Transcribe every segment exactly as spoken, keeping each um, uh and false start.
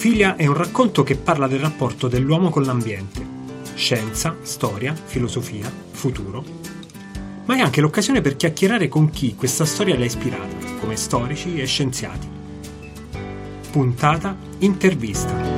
Clorofilia è un racconto che parla del rapporto dell'uomo con l'ambiente, scienza, storia, filosofia, futuro, ma è anche l'occasione per chiacchierare con chi questa storia l'ha ispirata, come storici e scienziati. Puntata intervista.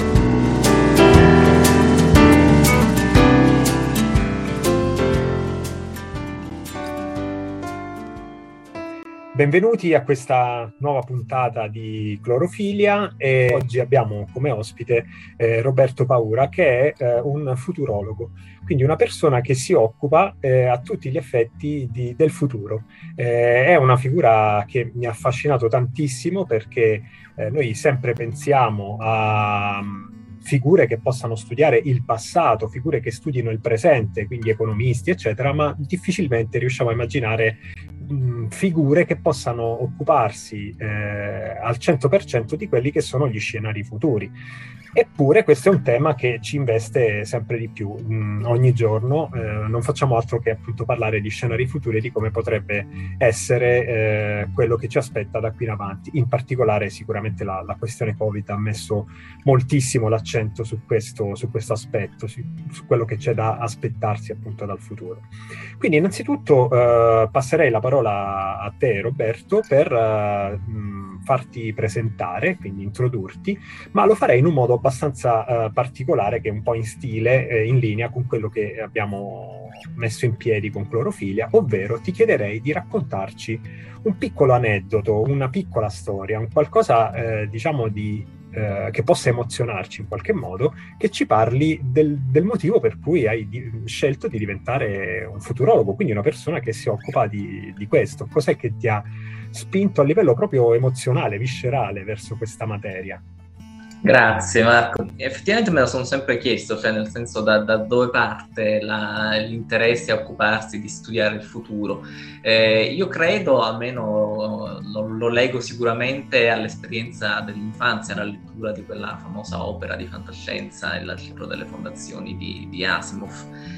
Benvenuti a questa nuova puntata di Clorofilia e oggi abbiamo come ospite eh, Roberto Paura, che è eh, un futurologo, quindi una persona che si occupa eh, a tutti gli effetti di, del futuro. Eh, è una figura che mi ha affascinato tantissimo perché eh, noi sempre pensiamo a figure che possano studiare il passato, figure che studino il presente, quindi economisti, eccetera, ma difficilmente riusciamo a immaginare mh, figure che possano occuparsi eh, al cento per cento di quelli che sono gli scenari futuri. Eppure questo è un tema che ci investe sempre di più. Mm, ogni giorno eh, non facciamo altro che appunto parlare di scenari futuri e di come potrebbe essere eh, quello che ci aspetta da qui in avanti. In particolare sicuramente la, la questione Covid ha messo moltissimo l'accento su questo, su questo aspetto, su, su quello che c'è da aspettarsi appunto dal futuro. Quindi innanzitutto eh, passerei la parola a te, Roberto, per eh, mh, farti presentare, quindi introdurti, ma lo farei in un modo abbastanza uh, particolare, che è un po' in stile, eh, in linea con quello che abbiamo messo in piedi con Clorofilia, ovvero ti chiederei di raccontarci un piccolo aneddoto, una piccola storia, un qualcosa eh, diciamo di eh, che possa emozionarci in qualche modo, che ci parli del, del motivo per cui hai di, scelto di diventare un futurologo, quindi una persona che si occupa di, di questo. Cos'è che ti ha spinto a livello proprio emozionale, viscerale verso questa materia? Grazie Marco, effettivamente me lo sono sempre chiesto, cioè nel senso da, da dove parte la, l'interesse a occuparsi di studiare il futuro. Eh, io credo, almeno lo, lo leggo sicuramente all'esperienza dell'infanzia, alla lettura di quella famosa opera di fantascienza, Il libro delle fondazioni di, di Asimov,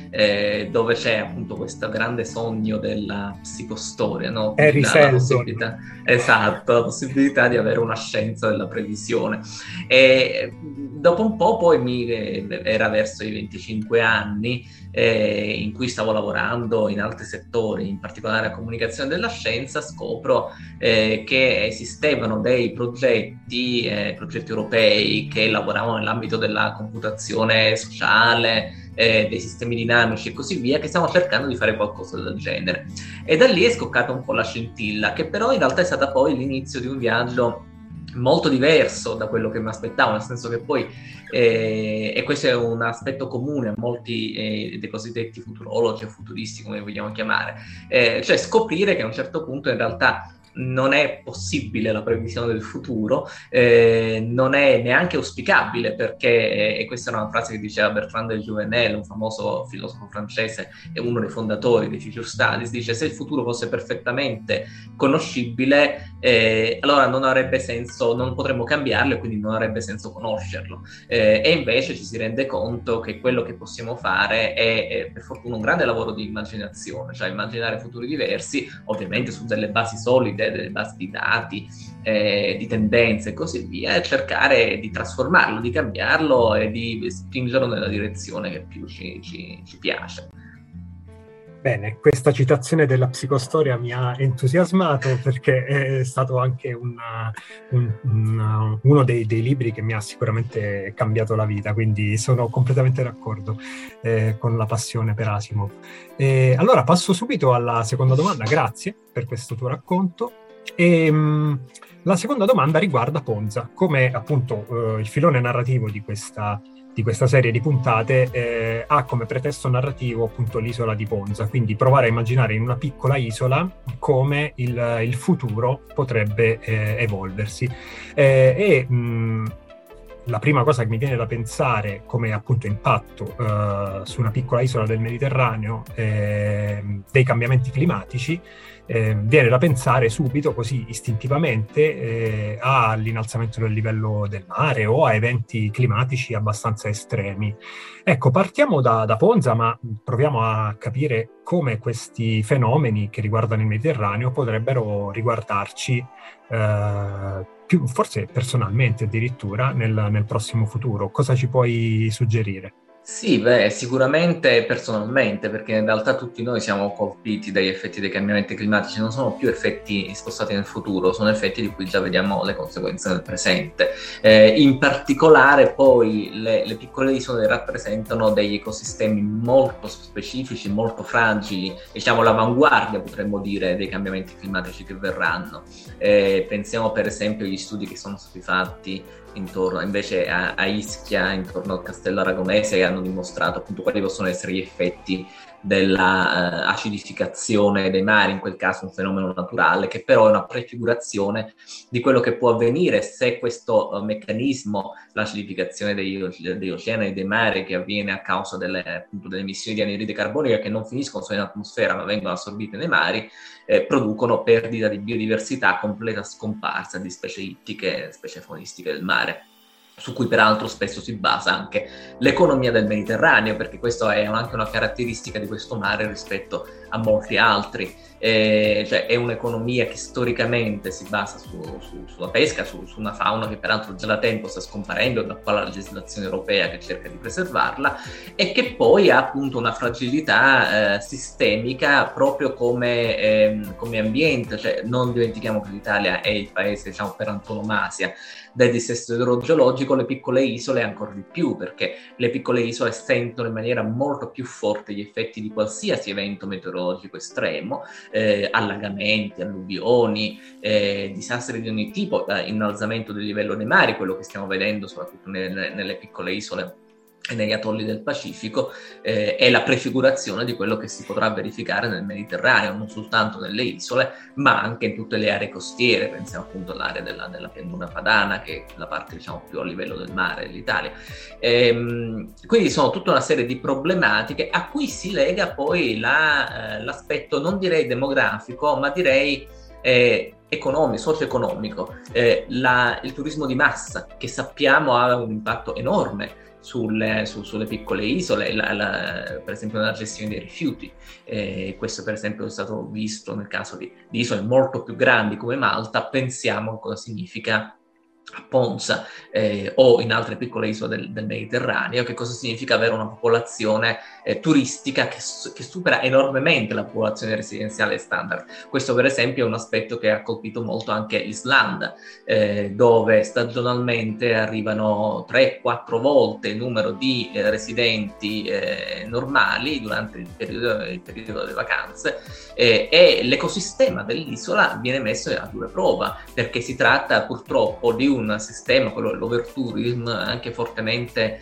eh, dove c'è appunto questo grande sogno della psicostoria, no? Harry la, la possibilità, esatto, la possibilità di avere una scienza della previsione. E dopo un po' poi mi era verso i venticinque anni eh, in cui stavo lavorando in altri settori, in particolare a comunicazione della scienza, scopro eh, che esistevano dei progetti, eh, progetti europei che lavoravano nell'ambito della computazione sociale, eh, dei sistemi dinamici e così via, che stavano cercando di fare qualcosa del genere. E da lì è scoccata un po' la scintilla, che però in realtà è stata poi l'inizio di un viaggio molto diverso da quello che mi aspettavo, nel senso che poi, eh, e questo è un aspetto comune a molti eh, dei cosiddetti futurologi o futuristi, come vogliamo chiamare, eh, cioè scoprire che a un certo punto in realtà non è possibile la previsione del futuro, eh, non è neanche auspicabile, perché, e questa è una frase che diceva Bertrand de Jouvenel, un famoso filosofo francese e uno dei fondatori dei Future Studies, dice: se il futuro fosse perfettamente conoscibile, eh, allora non avrebbe senso, non potremmo cambiarlo e quindi non avrebbe senso conoscerlo, eh, e invece ci si rende conto che quello che possiamo fare è, è per fortuna un grande lavoro di immaginazione, cioè immaginare futuri diversi, ovviamente su delle basi solide, delle basi di dati, eh, di tendenze e così via, e cercare di trasformarlo, di cambiarlo e di spingerlo nella direzione che più ci, ci, ci piace. Bene, questa citazione della psicostoria mi ha entusiasmato, perché è stato anche una, un, una, uno dei, dei libri che mi ha sicuramente cambiato la vita, quindi sono completamente d'accordo eh, con la passione per Asimov. E allora passo subito alla seconda domanda. Grazie per questo tuo racconto. E, mh, la seconda domanda riguarda Ponza, come appunto eh, il filone narrativo di questa di questa serie di puntate eh, ha come pretesto narrativo appunto l'isola di Ponza, quindi provare a immaginare in una piccola isola come il, il futuro potrebbe eh, evolversi. Eh, e mh, la prima cosa che mi viene da pensare come appunto impatto eh, su una piccola isola del Mediterraneo eh, dei cambiamenti climatici, eh, viene da pensare subito, così istintivamente, eh, all'innalzamento del livello del mare o a eventi climatici abbastanza estremi. Ecco, partiamo da, da Ponza, ma proviamo a capire come questi fenomeni che riguardano il Mediterraneo potrebbero riguardarci eh, più forse personalmente addirittura nel, nel prossimo futuro. Cosa ci puoi suggerire? Sì, beh, sicuramente personalmente, perché in realtà tutti noi siamo colpiti dagli effetti dei cambiamenti climatici, non sono più effetti spostati nel futuro, sono effetti di cui già vediamo le conseguenze nel presente. Eh, in particolare poi le, le piccole isole rappresentano degli ecosistemi molto specifici, molto fragili, diciamo l'avanguardia potremmo dire dei cambiamenti climatici che verranno. Eh, pensiamo per esempio agli studi che sono stati fatti intorno invece a, a Ischia, intorno al castello aragonese, che hanno dimostrato appunto quali possono essere gli effetti della uh, acidificazione dei mari, in quel caso un fenomeno naturale, che però è una prefigurazione di quello che può avvenire se questo uh, meccanismo, l'acidificazione degli, degli oceani e dei mari, che avviene a causa delle, appunto, delle emissioni di anidride carbonica che non finiscono solo in atmosfera ma vengono assorbite nei mari, eh, producono perdita di biodiversità, completa scomparsa di specie ittiche, specie faunistiche del mare, su cui peraltro spesso si basa anche l'economia del Mediterraneo, perché questa è anche una caratteristica di questo mare rispetto a molti altri. Eh, cioè è un'economia che storicamente si basa su, su, sulla pesca, su, su una fauna che peraltro già da tempo sta scomparendo, da qua la legislazione europea che cerca di preservarla, e che poi ha appunto una fragilità eh, sistemica proprio come, eh, come ambiente. Cioè non dimentichiamo che l'Italia è il paese, diciamo, per antonomasia del dissesto idrogeologico. Le piccole isole ancora di più, perché le piccole isole sentono in maniera molto più forte gli effetti di qualsiasi evento meteorologico estremo, eh, allagamenti, alluvioni, eh, disastri di ogni tipo, eh, innalzamento del livello dei mari, quello che stiamo vedendo soprattutto nelle, nelle piccole isole e negli atolli del Pacifico, eh, è la prefigurazione di quello che si potrà verificare nel Mediterraneo, non soltanto nelle isole, ma anche in tutte le aree costiere. Pensiamo appunto all'area della, della pianura padana, che è la parte, diciamo, più a livello del mare dell'Italia. Ehm, quindi sono tutta una serie di problematiche a cui si lega poi la, eh, l'aspetto, non direi demografico, ma direi eh, economico, socio-economico, eh, la, il turismo di massa, che sappiamo ha un impatto enorme Sulle, su, sulle piccole isole, la, la, per esempio nella gestione dei rifiuti. Eh, questo per esempio è stato visto nel caso di, di isole molto più grandi come Malta. Pensiamo a cosa significa a Ponza eh, o in altre piccole isole del, del Mediterraneo, che cosa significa avere una popolazione eh, turistica che, che supera enormemente la popolazione residenziale standard. Questo per esempio è un aspetto che ha colpito molto anche l'Islanda, eh, dove stagionalmente arrivano tre quattro volte il numero di eh, residenti eh, normali durante il periodo, il periodo delle vacanze, eh, e l'ecosistema dell'isola viene messo a dura prova, perché si tratta purtroppo di un sistema, quello dell'overtourism, anche fortemente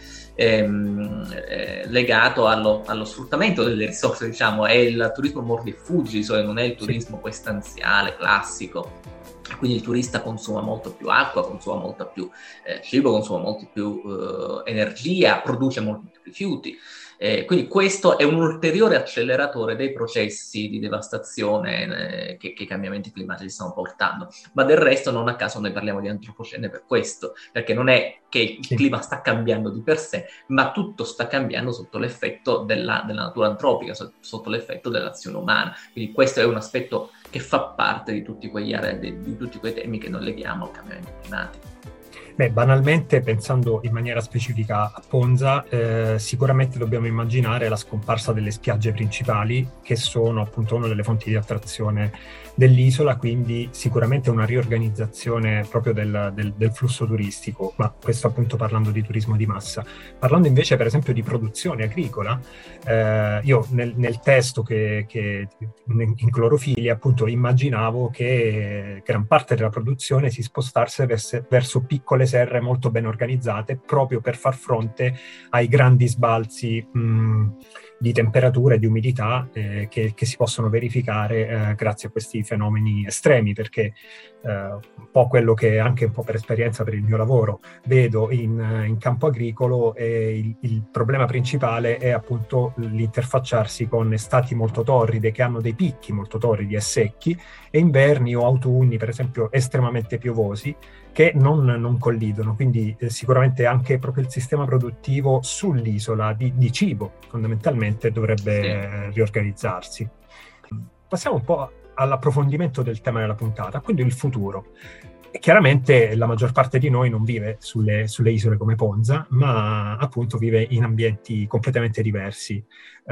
ehm, eh, legato allo, allo sfruttamento delle risorse, diciamo. È il turismo mordi e fuggi, cioè non è il turismo poi stanziale, classico. Quindi il turista consuma molto più acqua, consuma molto più eh, cibo, consuma molto più eh, energia, produce molti più rifiuti. Eh, quindi questo è un ulteriore acceleratore dei processi di devastazione eh, che, che i cambiamenti climatici stanno portando. Ma del resto, non a caso noi parliamo di antropocene per questo, perché non è che il Sì. clima sta cambiando di per sé, ma tutto sta cambiando sotto l'effetto della, della natura antropica, sotto l'effetto dell'azione umana. Quindi questo è un aspetto che fa parte di tutti quegli area, di, di tutti quei temi che noi leghiamo al cambiamento climatico. Beh, banalmente, pensando in maniera specifica a Ponza, eh, sicuramente dobbiamo immaginare la scomparsa delle spiagge principali, che sono appunto una delle fonti di attrazione dell'isola, quindi sicuramente una riorganizzazione proprio del, del, del flusso turistico, ma questo appunto parlando di turismo di massa. Parlando invece per esempio di produzione agricola, eh, io nel, nel testo che, che in Clorofilia appunto immaginavo che gran parte della produzione si spostasse verso, verso piccole serre molto ben organizzate, proprio per far fronte ai grandi sbalzi mh, di temperatura e di umidità eh, che, che si possono verificare eh, grazie a questi fenomeni estremi, perché eh, un po' quello che anche un po' per esperienza per il mio lavoro vedo in, in campo agricolo, e il, il problema principale è appunto l'interfacciarsi con estati molto torride che hanno dei picchi molto torridi e secchi, e inverni o autunni per esempio estremamente piovosi che non, non collidono. Quindi eh, sicuramente anche proprio il sistema produttivo sull'isola di, di cibo fondamentalmente dovrebbe Sì. eh, riorganizzarsi. Passiamo un po' all'approfondimento del tema della puntata, quindi il futuro. chiaramente la maggior parte di noi non vive sulle, sulle isole come Ponza, ma appunto vive in ambienti completamente diversi.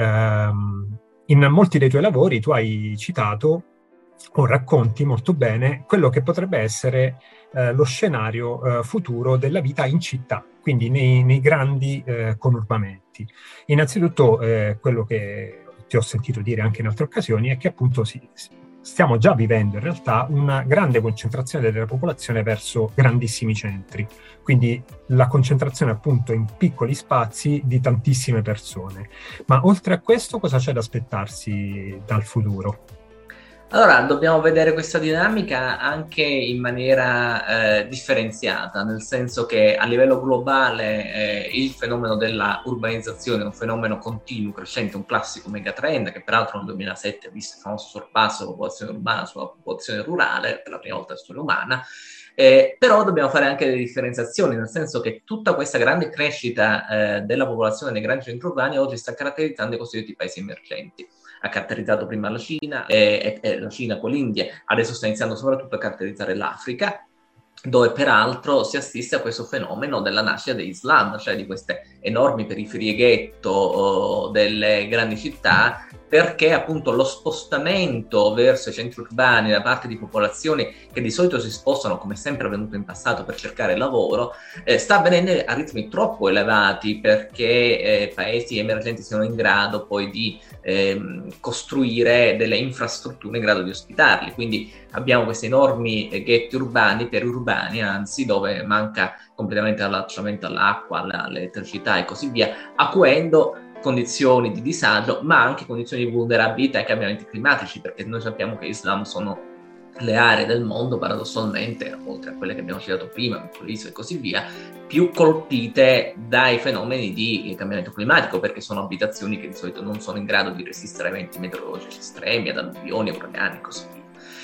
Um, in molti dei tuoi lavori tu hai citato o racconti molto bene quello che potrebbe essere eh, lo scenario eh, futuro della vita in città, quindi nei, nei grandi eh, conurbamenti. Innanzitutto eh, quello che ti ho sentito dire anche in altre occasioni è che appunto si, stiamo già vivendo in realtà una grande concentrazione della popolazione verso grandissimi centri, quindi la concentrazione appunto in piccoli spazi di tantissime persone. Ma oltre a questo cosa c'è da aspettarsi dal futuro? Allora, dobbiamo vedere questa dinamica anche in maniera eh, differenziata, nel senso che a livello globale eh, il fenomeno della urbanizzazione è un fenomeno continuo, crescente, un classico megatrend che peraltro nel duemilasette ha visto il famoso sorpasso della popolazione urbana sulla popolazione rurale, per la prima volta nella storia umana. Eh, però dobbiamo fare anche delle differenziazioni, nel senso che tutta questa grande crescita eh, della popolazione nei grandi centri urbani oggi sta caratterizzando i cosiddetti paesi emergenti. Ha caratterizzato prima la Cina, e, e, e la Cina con l'India, adesso sta iniziando soprattutto a caratterizzare l'Africa, dove peraltro si assiste a questo fenomeno della nascita dell'Islam, cioè di queste enormi periferie ghetto oh, delle grandi città, perché appunto lo spostamento verso i centri urbani da parte di popolazioni che di solito si spostano, come sempre avvenuto in passato, per cercare lavoro, eh, sta avvenendo a ritmi troppo elevati perché eh, paesi emergenti siano in grado poi di eh, costruire delle infrastrutture in grado di ospitarli. Quindi abbiamo questi enormi eh, ghetti urbani, periurbani anzi, dove manca completamente l'allacciamento all'acqua, all'elettricità e così via, acuendo condizioni di disagio, ma anche condizioni di vulnerabilità ai cambiamenti climatici, perché noi sappiamo che Islam sono le aree del mondo, paradossalmente, oltre a quelle che abbiamo citato prima, isole e così via, più colpite dai fenomeni di cambiamento climatico, perché sono abitazioni che di solito non sono in grado di resistere a eventi meteorologici estremi, ad alluvioni, uragani e così via.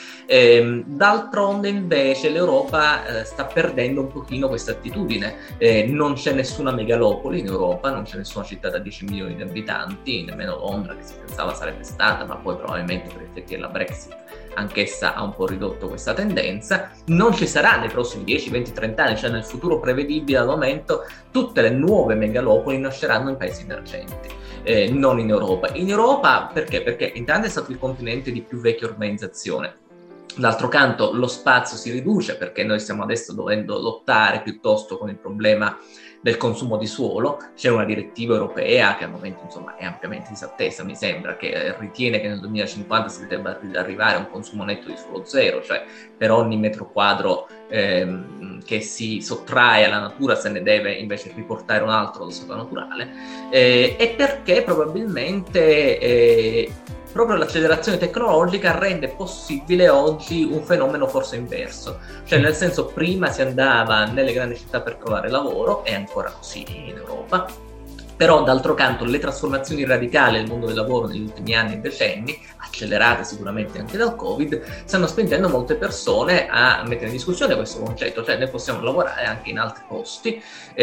Eh, d'altronde invece l'Europa eh, sta perdendo un pochino questa attitudine, eh, non c'è nessuna megalopoli in Europa, non c'è nessuna città da dieci milioni di abitanti, nemmeno Londra che si pensava sarebbe stata, ma poi probabilmente per effetti della Brexit anch'essa ha un po' ridotto questa tendenza. Non ci sarà nei prossimi dieci, venti, trenta anni, cioè nel futuro prevedibile al momento, tutte le nuove megalopoli nasceranno in paesi emergenti, eh, non in Europa. In Europa perché? Perché intanto è stato il continente di più vecchia urbanizzazione. D'altro canto lo spazio si riduce perché noi stiamo adesso dovendo lottare piuttosto con il problema del consumo di suolo. C'è una direttiva europea che al momento insomma è ampiamente disattesa, mi sembra, che ritiene che nel duemilacinquanta si debba arrivare a un consumo netto di suolo zero, cioè per ogni metro quadro ehm, che si sottrae alla natura se ne deve invece riportare un altro allo stato naturale, eh, e perché probabilmente eh, proprio l'accelerazione tecnologica rende possibile oggi un fenomeno forse inverso, cioè nel senso prima si andava nelle grandi città per trovare lavoro, è ancora così in Europa, però d'altro canto le trasformazioni radicali del mondo del lavoro negli ultimi anni e decenni, accelerate sicuramente anche dal Covid, stanno spingendo molte persone a mettere in discussione questo concetto, cioè noi possiamo lavorare anche in altri posti,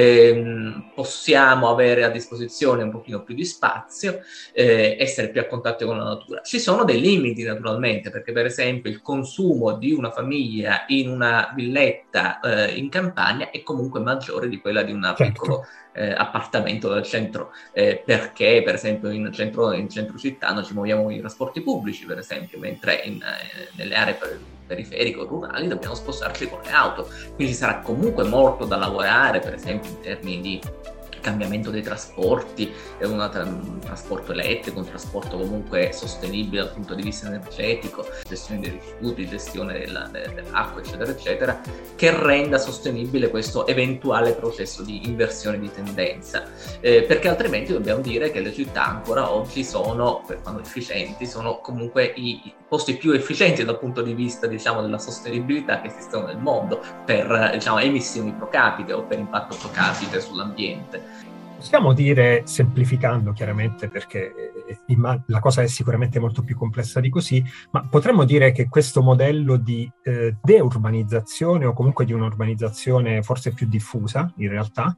ehm, possiamo avere a disposizione un pochino più di spazio, eh, essere più a contatto con la natura. Ci sono dei limiti naturalmente, perché per esempio il consumo di una famiglia in una villetta eh, in campagna è comunque maggiore di quella di un Certo. piccolo Eh, appartamento del centro, eh, perché per esempio in centro, in centro città noi ci muoviamo con i trasporti pubblici, per esempio, mentre in, eh, nelle aree per, periferiche o rurali dobbiamo spostarci con le auto, quindi sarà comunque molto da lavorare, per esempio in termini di cambiamento dei trasporti, un tra- trasporto elettrico, un trasporto comunque sostenibile dal punto di vista energetico, gestione dei rifiuti, gestione della, dell'acqua, eccetera, eccetera, che renda sostenibile questo eventuale processo di inversione di tendenza, eh, perché altrimenti dobbiamo dire che le città ancora oggi sono, per quanto efficienti, sono comunque i, i posti più efficienti dal punto di vista, diciamo, della sostenibilità che esistono nel mondo per, diciamo, emissioni pro capite o per impatto pro capite sull'ambiente. Possiamo dire, semplificando chiaramente, perché eh, la cosa è sicuramente molto più complessa di così, ma potremmo dire che questo modello di eh, deurbanizzazione, o comunque di un'urbanizzazione forse più diffusa in realtà,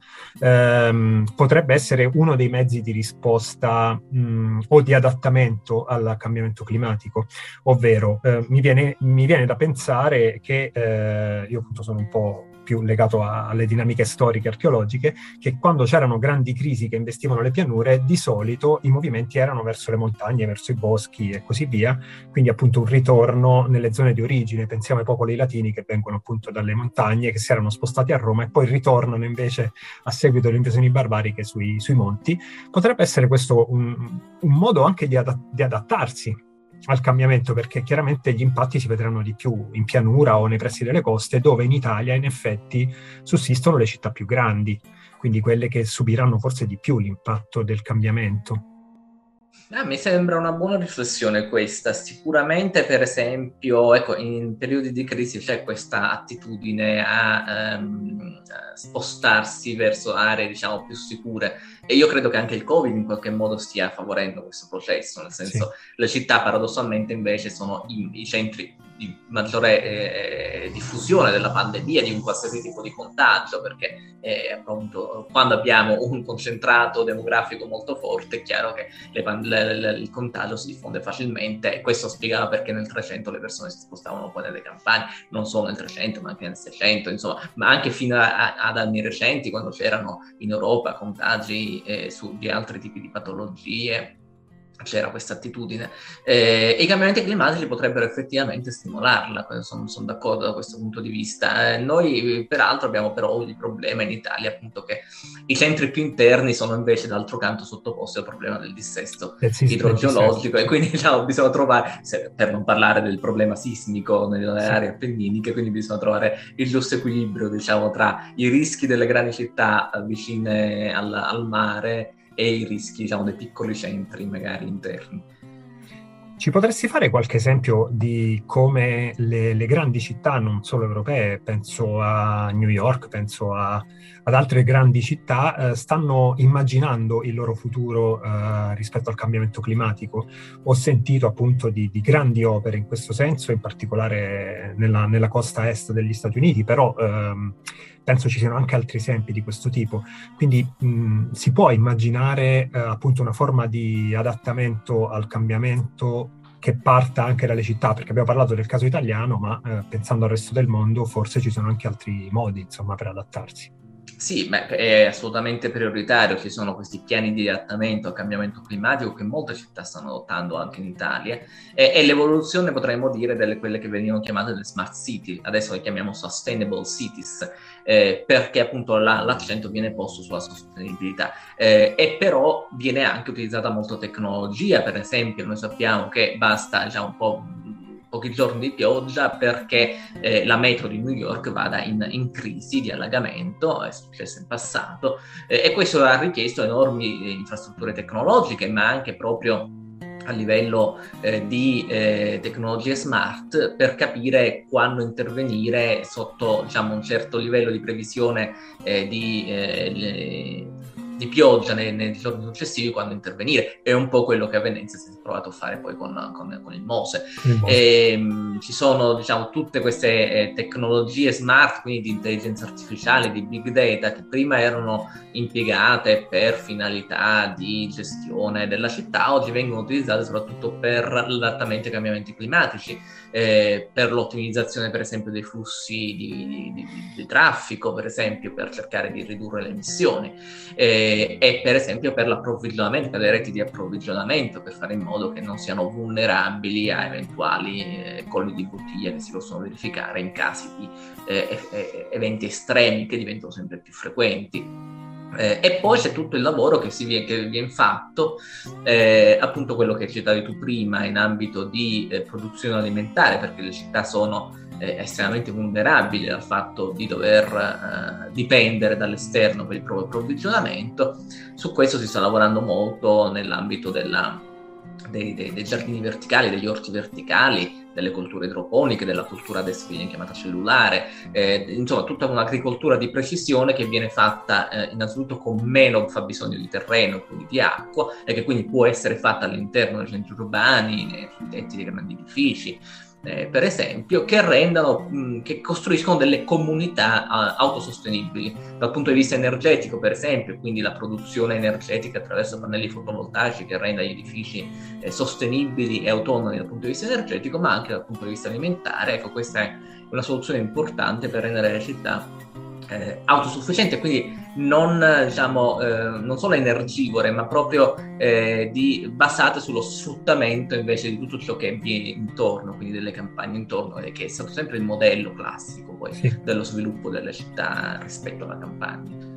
ehm, potrebbe essere uno dei mezzi di risposta mh, o di adattamento al cambiamento climatico. Ovvero, eh, mi viene, mi viene da pensare che, eh, io appunto sono un po' più legato a, alle dinamiche storiche archeologiche, che quando c'erano grandi crisi che investivano le pianure, di solito i movimenti erano verso le montagne, verso i boschi e così via, quindi appunto un ritorno nelle zone di origine. Pensiamo ai popoli latini che vengono appunto dalle montagne, che si erano spostati a Roma e poi ritornano invece a seguito delle invasioni barbariche sui, sui monti. Potrebbe essere questo un, un modo anche di, adat- di adattarsi al cambiamento, perché chiaramente gli impatti si vedranno di più in pianura o nei pressi delle coste, dove in Italia in effetti sussistono le città più grandi, quindi quelle che subiranno forse di più l'impatto del cambiamento. Ah, mi sembra una buona riflessione questa. Sicuramente, per esempio, ecco, in periodi di crisi c'è questa attitudine a, um, a spostarsi verso aree, diciamo, più sicure. E io credo che anche il Covid in qualche modo stia favorendo questo processo, nel senso, sì. Le città paradossalmente invece sono i, i centri di maggiore eh, diffusione della pandemia, di un qualsiasi tipo di contagio, perché eh, appunto quando abbiamo un concentrato demografico molto forte è chiaro che le, le, le, il contagio si diffonde facilmente, e questo spiegava perché nel Trecento le persone si spostavano poi nelle campagne, non solo nel Trecento ma anche nel Seicento, insomma, ma anche fino a, a, ad anni recenti, quando c'erano in Europa contagi eh, su, di altri tipi di patologie. C'era questa attitudine. Eh, I cambiamenti climatici potrebbero effettivamente stimolarla, sono, sono d'accordo da questo punto di vista. Eh, noi peraltro abbiamo però il problema in Italia appunto che i centri più interni sono invece d'altro canto sottoposti al problema del dissesto eh, sì, idrogeologico, e quindi diciamo, bisogna trovare, se, per non parlare del problema sismico nelle sì. aree appenniniche, quindi bisogna trovare il giusto equilibrio, diciamo, tra i rischi delle grandi città vicine al, al mare e i rischi, diciamo, dei piccoli centri magari interni. Ci potresti fare qualche esempio di come le, le grandi città, non solo europee, penso a New York, penso a, ad altre grandi città, eh, stanno immaginando il loro futuro eh, rispetto al cambiamento climatico? Ho sentito appunto di, di grandi opere in questo senso, in particolare nella, nella costa est degli Stati Uniti, però ehm, penso ci siano anche altri esempi di questo tipo. Quindi mh, si può immaginare eh, appunto una forma di adattamento al cambiamento che parta anche dalle città, perché abbiamo parlato del caso italiano, ma eh, pensando al resto del mondo forse ci sono anche altri modi, insomma, per adattarsi. Sì, beh, è assolutamente prioritario. Ci sono questi piani di adattamento al cambiamento climatico che molte città stanno adottando anche in Italia, e, e l'evoluzione, potremmo dire, delle quelle che venivano chiamate le smart city, adesso le chiamiamo sustainable cities, eh, perché appunto la, l'accento viene posto sulla sostenibilità, eh, e però viene anche utilizzata molto tecnologia. Per esempio noi sappiamo che basta, diciamo, un po' pochi giorni di pioggia perché eh, la metro di New York vada in, in crisi di allagamento, è successo in passato, eh, e questo ha richiesto enormi infrastrutture tecnologiche, ma anche proprio a livello eh, di eh, tecnologie smart, per capire quando intervenire sotto, diciamo, un certo livello di previsione eh, di eh, le, di pioggia nei, nei giorni successivi, quando intervenire. È un po' quello che a Venezia si è provato a fare poi con, con, con il Mose. Il Mose. E, mh, ci sono, diciamo, tutte queste eh, tecnologie smart, quindi di intelligenza artificiale, di big data, che prima erano impiegate per finalità di gestione della città, oggi vengono utilizzate soprattutto per l'adattamento ai cambiamenti climatici, eh, per l'ottimizzazione per esempio dei flussi di, di, di, di traffico, per esempio, per cercare di ridurre le emissioni. Eh, e per esempio per l'approvvigionamento, per le reti di approvvigionamento, per fare in modo che non siano vulnerabili a eventuali eh, colli di bottiglia che si possono verificare in casi di eh, eh, eventi estremi che diventano sempre più frequenti. Eh, e poi c'è tutto il lavoro che, si viene, che viene fatto, eh, appunto quello che citavi tu prima, in ambito di eh, produzione alimentare, perché le città sono eh, estremamente vulnerabili al fatto di dover eh, dipendere dall'esterno per il proprio approvvigionamento. Su questo si sta lavorando molto nell'ambito della, dei, dei, dei giardini verticali, degli orti verticali, delle colture idroponiche, della cultura adesso viene chiamata cellulare, eh, insomma tutta un'agricoltura di precisione che viene fatta eh, innanzitutto con meno fabbisogno di terreno, quindi di acqua, e che quindi può essere fatta all'interno dei centri urbani, nei tetti dei grandi edifici, Eh, per esempio, che rendano, mh, che costruiscono delle comunità uh, autosostenibili dal punto di vista energetico, per esempio, quindi la produzione energetica attraverso pannelli fotovoltaici che renda gli edifici eh, sostenibili e autonomi dal punto di vista energetico, ma anche dal punto di vista alimentare. Ecco, questa è una soluzione importante per rendere le città Eh, autosufficiente, quindi non, diciamo, eh, non solo energivore, ma proprio eh, di, basate sullo sfruttamento invece di tutto ciò che viene intorno, quindi delle campagne intorno, eh, che è stato sempre il modello classico poi sì. dello sviluppo delle città rispetto alla campagna.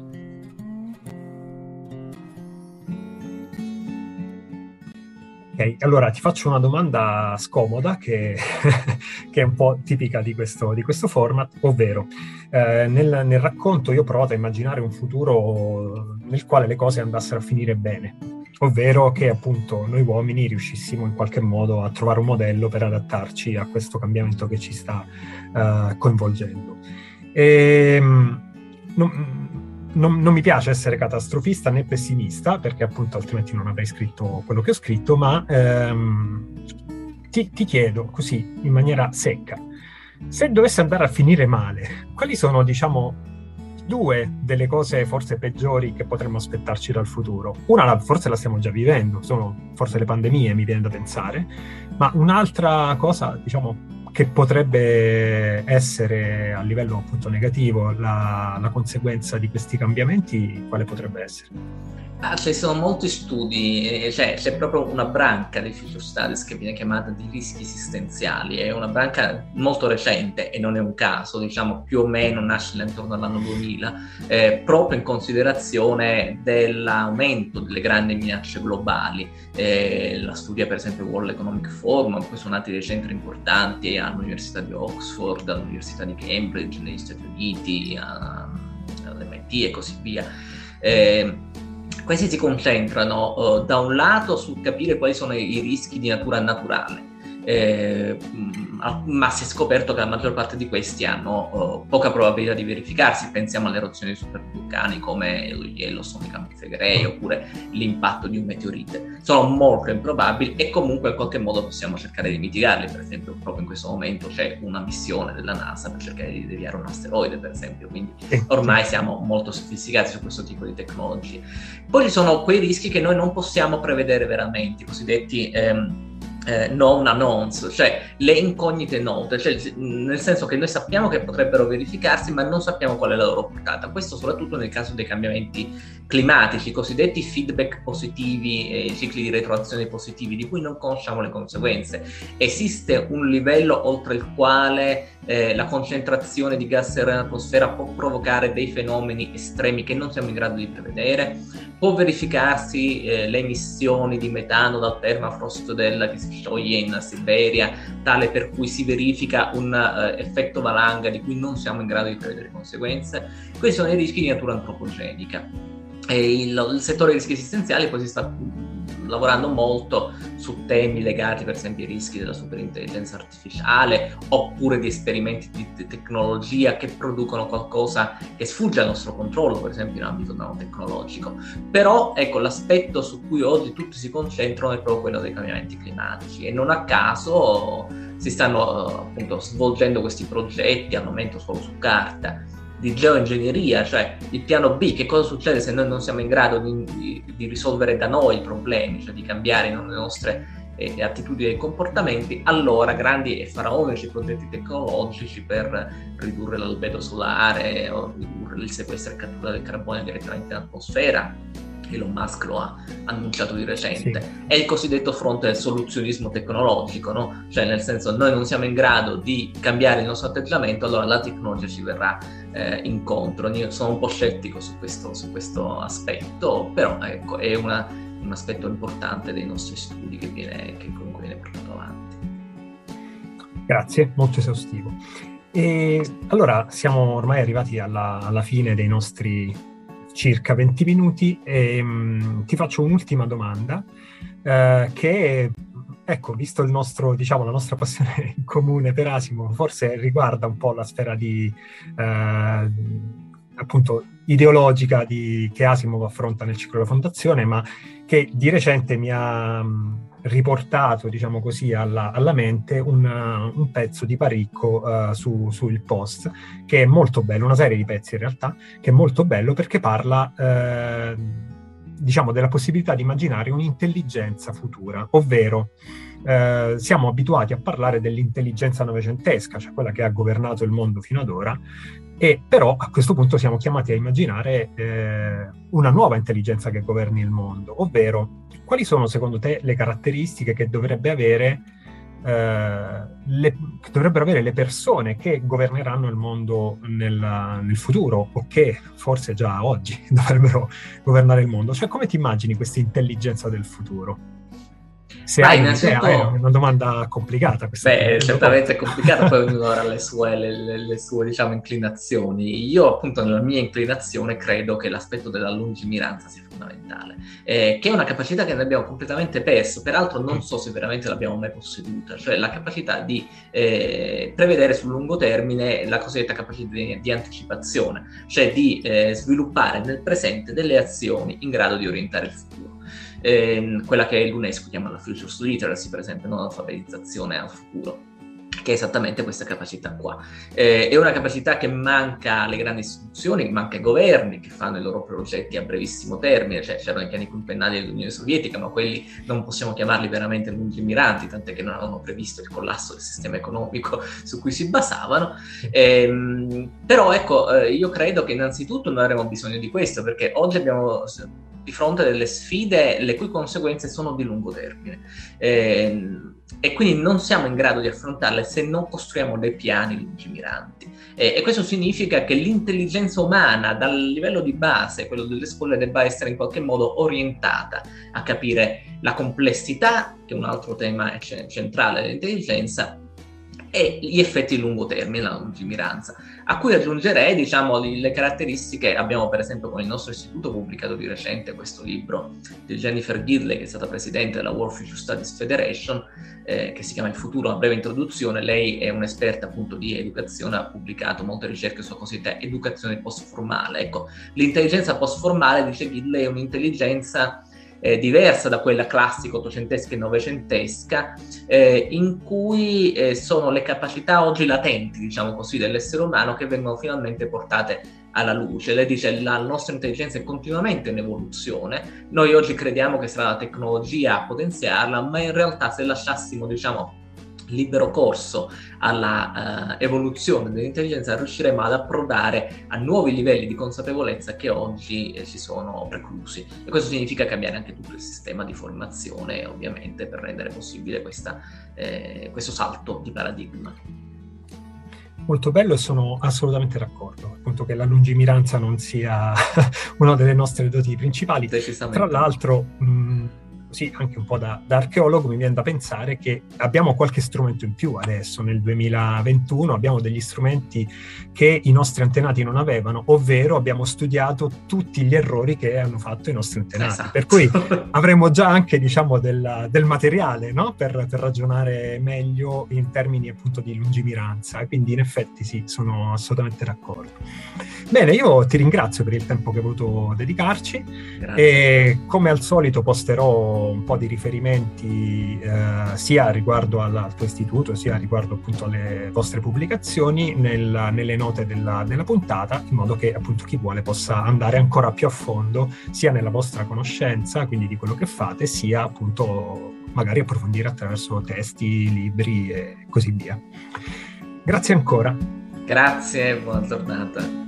Ok, allora ti faccio una domanda scomoda che, che è un po' tipica di questo, di questo format, ovvero eh, nel, nel racconto io ho provato a immaginare un futuro nel quale le cose andassero a finire bene, ovvero che appunto noi uomini riuscissimo in qualche modo a trovare un modello per adattarci a questo cambiamento che ci sta uh, coinvolgendo. E, non, Non, non mi piace essere catastrofista né pessimista, perché appunto altrimenti non avrei scritto quello che ho scritto, ma ehm, ti, ti chiedo così in maniera secca, se dovesse andare a finire male, quali sono, diciamo, due delle cose forse peggiori che potremmo aspettarci dal futuro? Una la, forse la stiamo già vivendo, sono forse le pandemie, mi viene da pensare, ma un'altra cosa, diciamo, che potrebbe essere a livello appunto negativo la, la conseguenza di questi cambiamenti, quale potrebbe essere? Ah, ci sono molti studi, cioè c'è proprio una branca di future studies che viene chiamata di rischi esistenziali, è una branca molto recente e non è un caso, diciamo più o meno nasce intorno all'anno duemila, eh, proprio in considerazione dell'aumento delle grandi minacce globali. Eh, la studia per esempio World Economic Forum, poi sono nati dei centri importanti all'Università di Oxford, all'Università di Cambridge negli Stati Uniti, all'M I T e così via. Eh, Questi si concentrano uh, da un lato sul capire quali sono i rischi di natura naturale, eh, ma si è scoperto che la maggior parte di questi hanno uh, poca probabilità di verificarsi. Pensiamo alle eruzioni supervulcani come lo Yellowstone, i Campi Flegrei, oppure l'impatto di un meteorite. Sono molto improbabili e comunque in qualche modo possiamo cercare di mitigarli. Per esempio proprio in questo momento c'è una missione della NASA per cercare di deviare un asteroide, per esempio, quindi ormai siamo molto sofisticati su questo tipo di tecnologie. Poi ci sono quei rischi che noi non possiamo prevedere veramente, i cosiddetti ehm, Eh, known unknowns, cioè le incognite note, cioè, nel senso che noi sappiamo che potrebbero verificarsi ma non sappiamo qual è la loro portata. Questo soprattutto nel caso dei cambiamenti climatici, i cosiddetti feedback positivi e cicli di retroazione positivi di cui non conosciamo le conseguenze. Esiste un livello oltre il quale eh, la concentrazione di gas serra nell'atmosfera può provocare dei fenomeni estremi che non siamo in grado di prevedere. Può verificarsi eh, le emissioni di metano dal permafrost del, che si scioglie in Siberia, tale per cui si verifica un uh, effetto valanga di cui non siamo in grado di prevedere le conseguenze. Questi sono i rischi di natura antropogenica. E il, il settore dei rischi esistenziali poi si sta lavorando molto su temi legati per esempio ai rischi della superintelligenza artificiale, oppure di esperimenti di te- tecnologia che producono qualcosa che sfugge al nostro controllo, per esempio in ambito nanotecnologico. Però ecco, l'aspetto su cui oggi tutti si concentrano è proprio quello dei cambiamenti climatici, e non a caso si stanno appunto svolgendo questi progetti al momento solo su carta di geoingegneria, cioè il piano B, che cosa succede se noi non siamo in grado di, di, di risolvere da noi i problemi, cioè di cambiare le nostre eh, attitudini e comportamenti. Allora grandi e faraonici progetti tecnologici per ridurre l'albedo solare o ridurre il sequestro e cattura del carbonio direttamente in atmosfera. Elon Musk lo ha annunciato di recente, sì. È il cosiddetto fronte del soluzionismo tecnologico, no? Cioè nel senso, noi non siamo in grado di cambiare il nostro atteggiamento, allora la tecnologia ci verrà eh, incontro. Io sono un po' scettico su questo, su questo aspetto, però ecco, è una, un aspetto importante dei nostri studi che, viene, che comunque viene portato avanti. Grazie, molto esaustivo. E allora siamo ormai arrivati alla, alla fine dei nostri circa venti minuti e mh, ti faccio un'ultima domanda eh, che ecco, visto il nostro, diciamo, la nostra passione in comune per Asimov, forse riguarda un po' la sfera di, eh, appunto, ideologica di, che Asimov affronta nel ciclo della Fondazione, ma che di recente mi ha mh, riportato, diciamo così, alla, alla mente una, un pezzo di Paricco uh, su, sul Post, che è molto bello, una serie di pezzi in realtà, che è molto bello perché parla... Eh, diciamo, della possibilità di immaginare un'intelligenza futura, ovvero eh, siamo abituati a parlare dell'intelligenza novecentesca, cioè quella che ha governato il mondo fino ad ora, e però a questo punto siamo chiamati a immaginare eh, una nuova intelligenza che governi il mondo, ovvero quali sono secondo te le caratteristiche che dovrebbe avere Uh, le, che dovrebbero avere le persone che governeranno il mondo nel, nel futuro, o che forse già oggi dovrebbero governare il mondo. Cioè, come ti immagini questa intelligenza del futuro? Se Ma hai innanzitutto... un'idea, è una domanda complicata questa. Beh, certamente è complicata, poi ognuno avrà le sue, le, le sue, diciamo, inclinazioni. Io, appunto, nella mia inclinazione credo che l'aspetto della lungimiranza sia fondamentale, eh, che è una capacità che noi abbiamo completamente perso, peraltro non so se veramente l'abbiamo mai posseduta, cioè la capacità di eh, prevedere sul lungo termine, la cosiddetta capacità di, di anticipazione, cioè di eh, sviluppare nel presente delle azioni in grado di orientare il futuro. Eh, quella che l'UNESCO chiama la Futures Literacy, per esempio, non l'alfabetizzazione al futuro, che è esattamente questa capacità qua. Eh, è una capacità che manca alle grandi istituzioni, manca ai governi che fanno i loro progetti a brevissimo termine, cioè c'erano i piani quinquennali dell'Unione Sovietica, ma quelli non possiamo chiamarli veramente lungimiranti, tant'è che non avevano previsto il collasso del sistema economico su cui si basavano. Eh, però ecco, eh, io credo che innanzitutto noi avremo bisogno di questo, perché oggi abbiamo di fronte delle sfide le cui conseguenze sono di lungo termine, eh, e quindi non siamo in grado di affrontarle se non costruiamo dei piani lungimiranti, eh, e questo significa che l'intelligenza umana dal livello di base, quello delle scuole, debba essere in qualche modo orientata a capire la complessità, che è un altro tema c- centrale dell'intelligenza, e gli effetti di lungo termine, la lungimiranza, a cui aggiungerei, diciamo, le caratteristiche. Abbiamo per esempio con il nostro istituto pubblicato di recente questo libro di Jennifer Gidley, che è stata presidente della World Future Studies Federation, eh, che si chiama Il futuro, una breve introduzione. Lei è un'esperta appunto di educazione, ha pubblicato molte ricerche sulla cosiddetta educazione post-formale. Ecco, l'intelligenza post-formale, dice Gidley, è un'intelligenza Eh, diversa da quella classica ottocentesca e novecentesca, eh, in cui eh, sono le capacità oggi latenti, diciamo così, dell'essere umano che vengono finalmente portate alla luce. Lei dice: la nostra intelligenza è continuamente in evoluzione, noi oggi crediamo che sarà la tecnologia a potenziarla, ma in realtà se lasciassimo, diciamo, libero corso alla uh, evoluzione dell'intelligenza, riusciremo ad approdare a nuovi livelli di consapevolezza che oggi eh, ci sono preclusi, e questo significa cambiare anche tutto il sistema di formazione, ovviamente, per rendere possibile questa, eh, questo salto di paradigma. Molto bello, e sono assolutamente d'accordo, appunto, che la lungimiranza non sia una delle nostre doti principali. Tra l'altro, mh, sì, anche un po' da, da archeologo mi viene da pensare che abbiamo qualche strumento in più adesso, nel duemilaventuno abbiamo degli strumenti che i nostri antenati non avevano, ovvero abbiamo studiato tutti gli errori che hanno fatto i nostri antenati, esatto. Per cui avremo già anche, diciamo, del, del materiale, no? per, per ragionare meglio in termini appunto di lungimiranza, e quindi in effetti sì, sono assolutamente d'accordo. Bene, io ti ringrazio per il tempo che hai voluto dedicarci. Grazie. E come al solito posterò un po' di riferimenti eh, sia riguardo alla, al tuo istituto, sia riguardo appunto alle vostre pubblicazioni nel, nelle note della, della puntata, in modo che appunto chi vuole possa andare ancora più a fondo sia nella vostra conoscenza, quindi di quello che fate, sia appunto magari approfondire attraverso testi, libri e così via. Grazie ancora. Grazie, buona giornata.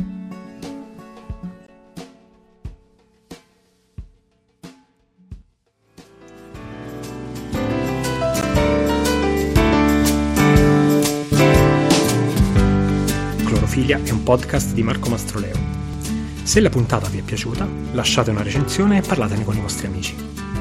Clorofiglia è un podcast di Marco Mastroleo. Se la puntata vi è piaciuta, lasciate una recensione e parlatene con i vostri amici.